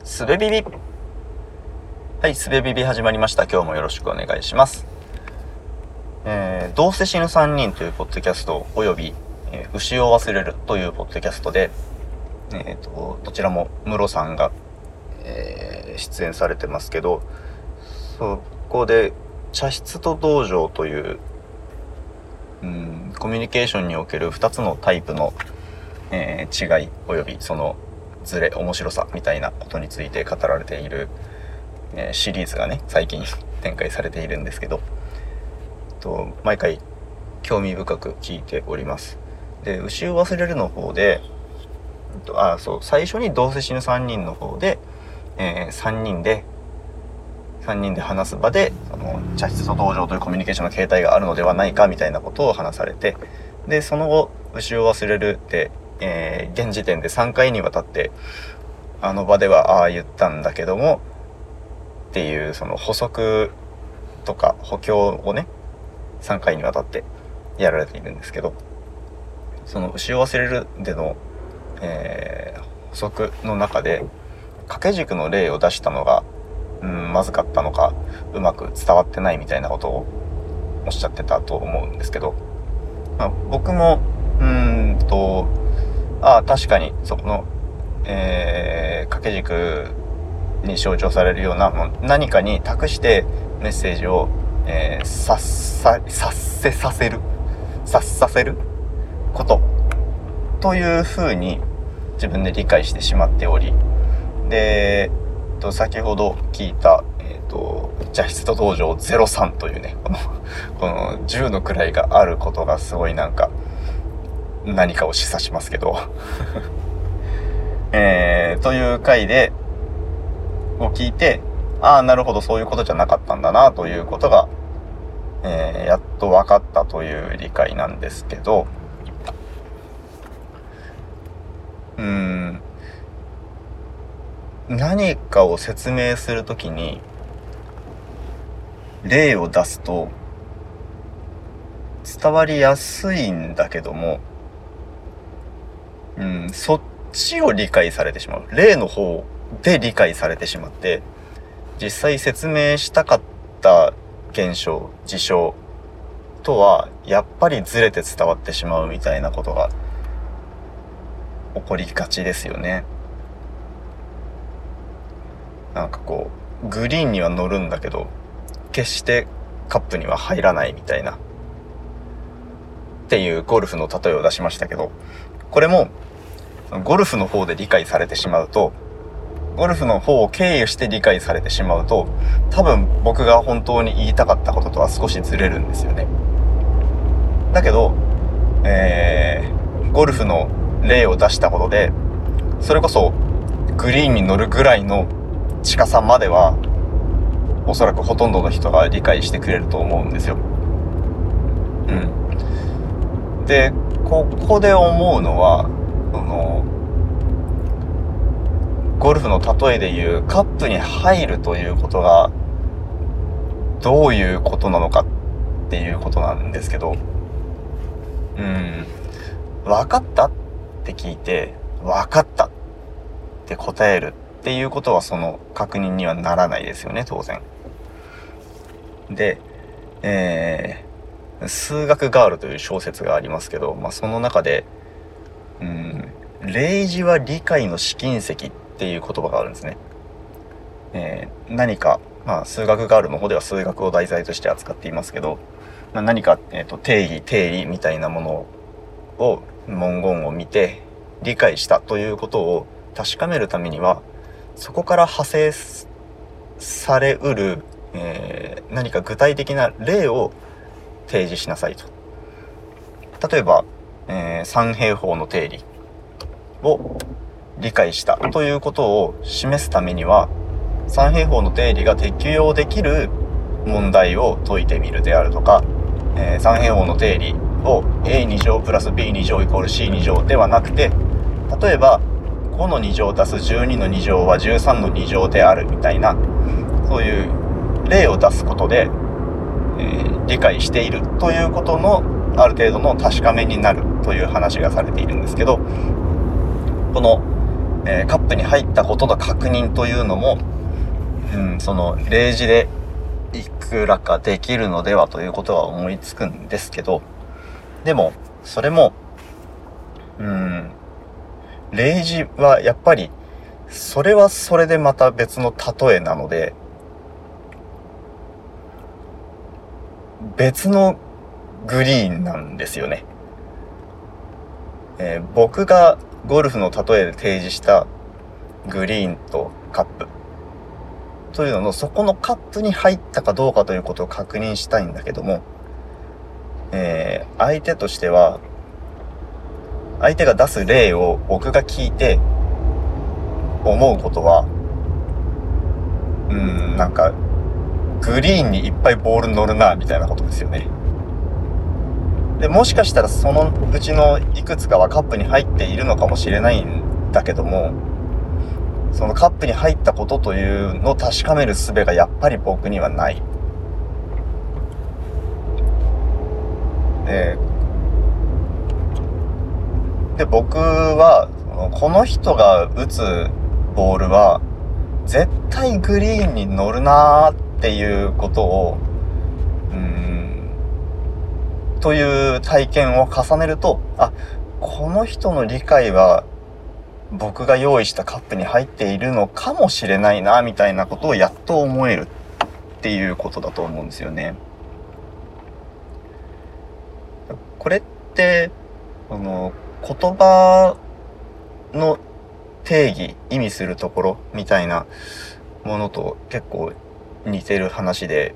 すべビビ。はい、すべビビ始まりました。今日もよろしくお願いします。どうせ死ぬ3人というポッドキャストおよび、牛を忘れるというポッドキャストで、どちらもムロさんが、出演されてますけど、そこで茶室と道場という、コミュニケーションにおける2つのタイプの、違いおよびそのズレ面白さみたいなことについて語られている、シリーズがね最近展開されているんですけど、毎回興味深く聞いております。で、牛を忘れるの方で、最初にどうせ死ぬ3人の方で、3人で話す場でその茶室と道場というコミュニケーションの形態があるのではないかみたいなことを話されて、でその後牛を忘れるで、現時点で3回にわたってあの場ではああ言ったんだけどもっていうその補足とか補強をね3回にわたってやられているんですけど、その牛を忘れるでの、補足の中で掛け軸の例を出したのがまずかったのかうまく伝わってないみたいなことをおっしゃってたと思うんですけど、僕も確かにそこの、掛け軸に象徴されるような何かに託してメッセージを、察させることというふうに自分で理解してしまっており、で、先ほど聞いた、茶室と道場03というねこの10の位があることがすごいなんか何かを示唆しますけどという回でを聞いて、なるほどそういうことじゃなかったんだなということが、やっと分かったという理解なんですけど、何かを説明するときに例を出すと伝わりやすいんだけども、そっちを理解されてしまう、例の方で理解されてしまって、実際説明したかった現象事象とはやっぱりずれて伝わってしまうみたいなことが起こりがちですよね。なんかこうグリーンには乗るんだけど決してカップには入らないみたいなっていうゴルフの例えを出しましたけど、これもゴルフの方で理解されてしまうと、ゴルフの方を経由して理解されてしまうと、多分僕が本当に言いたかったこととは少しずれるんですよね。だけど、ゴルフの例を出したことで、それこそグリーンに乗るぐらいの近さまではおそらくほとんどの人が理解してくれると思うんですよ。で、ここで思うのは、ゴルフの例えでいうカップに入るということがどういうことなのかっていうことなんですけど、分かったって聞いて分かったって答えるっていうことはその確認にはならないですよね、当然。で、数学ガールという小説がありますけど、その中で例示は理解の試金石っていう言葉があるんですね。何か、数学ガールの方では数学を題材として扱っていますけど、何か、定義定理みたいなものを文言を見て理解したということを確かめるためには、そこから派生されうる、何か具体的な例を提示しなさいと。例えば、三平方の定理を理解したということを示すためには、三平方の定理が適用できる問題を解いてみるであるとか、三平方の定理を a2 乗プラス b2 乗イコール c2 乗ではなくて、例えば5の2乗足す12の2乗は13の2乗であるみたいな、そういう例を出すことで、理解しているということのある程度の確かめになるという話がされているんですけど、この、 カップに入ったことの確認というのも、そのレイジでいくらかできるのではということは思いつくんですけど、でもそれもレイジはやっぱりそれはそれでまた別の例えなので、別のグリーンなんですよね。僕がゴルフの例えで提示したグリーンとカップというのの、そこのカップに入ったかどうかということを確認したいんだけども、相手としては、相手が出す例を僕が聞いて思うことは、なんかグリーンにいっぱいボール乗るなみたいなことですよね。でもしかしたらそのうちのいくつかはカップに入っているのかもしれないんだけども、そのカップに入ったことというのを確かめる術がやっぱり僕にはない。で僕はこの人が打つボールは絶対グリーンに乗るなーっていうことをという体験を重ねると、この人の理解は僕が用意したカップに入っているのかもしれないなみたいなことをやっと思えるっていうことだと思うんですよね。これって言葉の定義、意味するところみたいなものと結構似てる話で、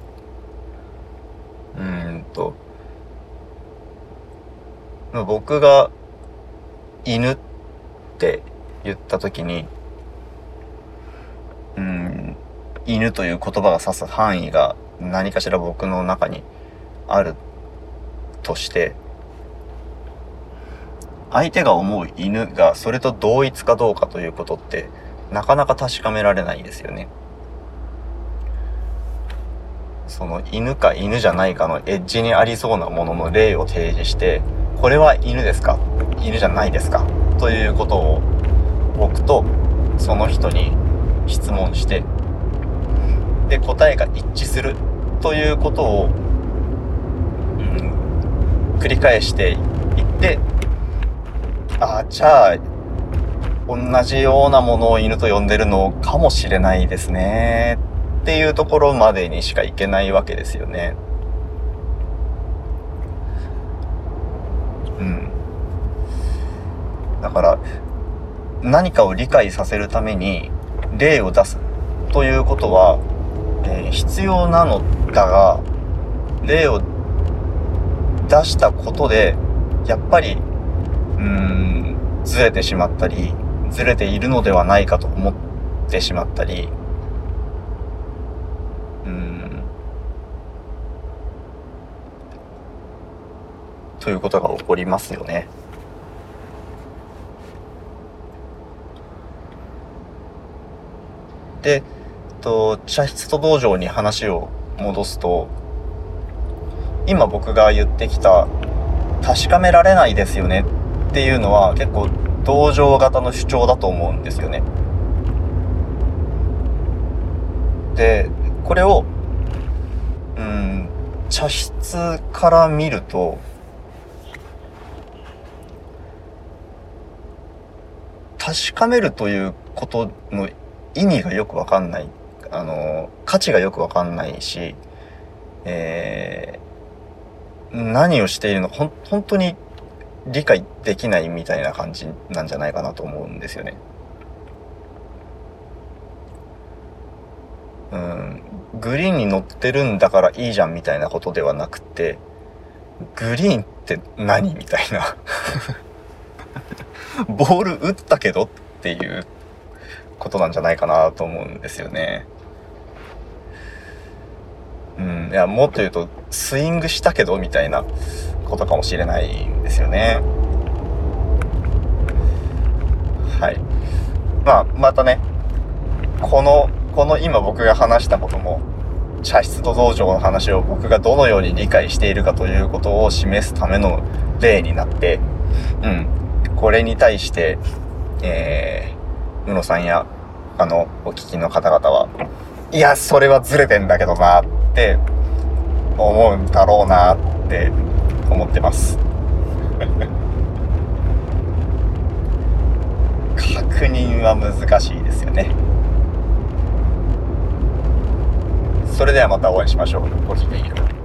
僕が犬って言った時に、犬という言葉が指す範囲が何かしら僕の中にあるとして、相手が思う犬がそれと同一かどうかということってなかなか確かめられないですよね。その犬か犬じゃないかのエッジにありそうなものの例を提示して、これは犬ですか、犬じゃないですかということを僕とその人に質問して、で答えが一致するということを、繰り返していって、じゃあ同じようなものを犬と呼んでるのかもしれないですねっていうところまでにしかいけないわけですよね。だから何かを理解させるために例を出すということは、必要なのだが、例を出したことでやっぱりずれてしまったり、ずれているのではないかと思ってしまったり、ということが起こりますよね。で、茶室と道場に話を戻すと、今僕が言ってきた確かめられないですよねっていうのは結構同情型の主張だと思うんですよね。で、これを茶室から見ると、確かめるということの意味がよくわかんない、価値がよくわかんないし、何をしているのか本当に理解できないみたいな感じなんじゃないかなと思うんですよね。グリーンに乗ってるんだからいいじゃんみたいなことではなくて、グリーンって何みたいなボール打ったけどっていうことなんじゃないかなと思うんですよね。いや、もっと言うとスイングしたけどみたいなことかもしれないんですよね。はい。またね、この今僕が話したことも、茶室と道場の話を僕がどのように理解しているかということを示すための例になって、これに対して宇野さんやお聞きの方々はいやそれはずれてんだけどなって思うんだろうなって思ってます確認は難しいですよね。それではまたお会いしましょう。ごきげんよう。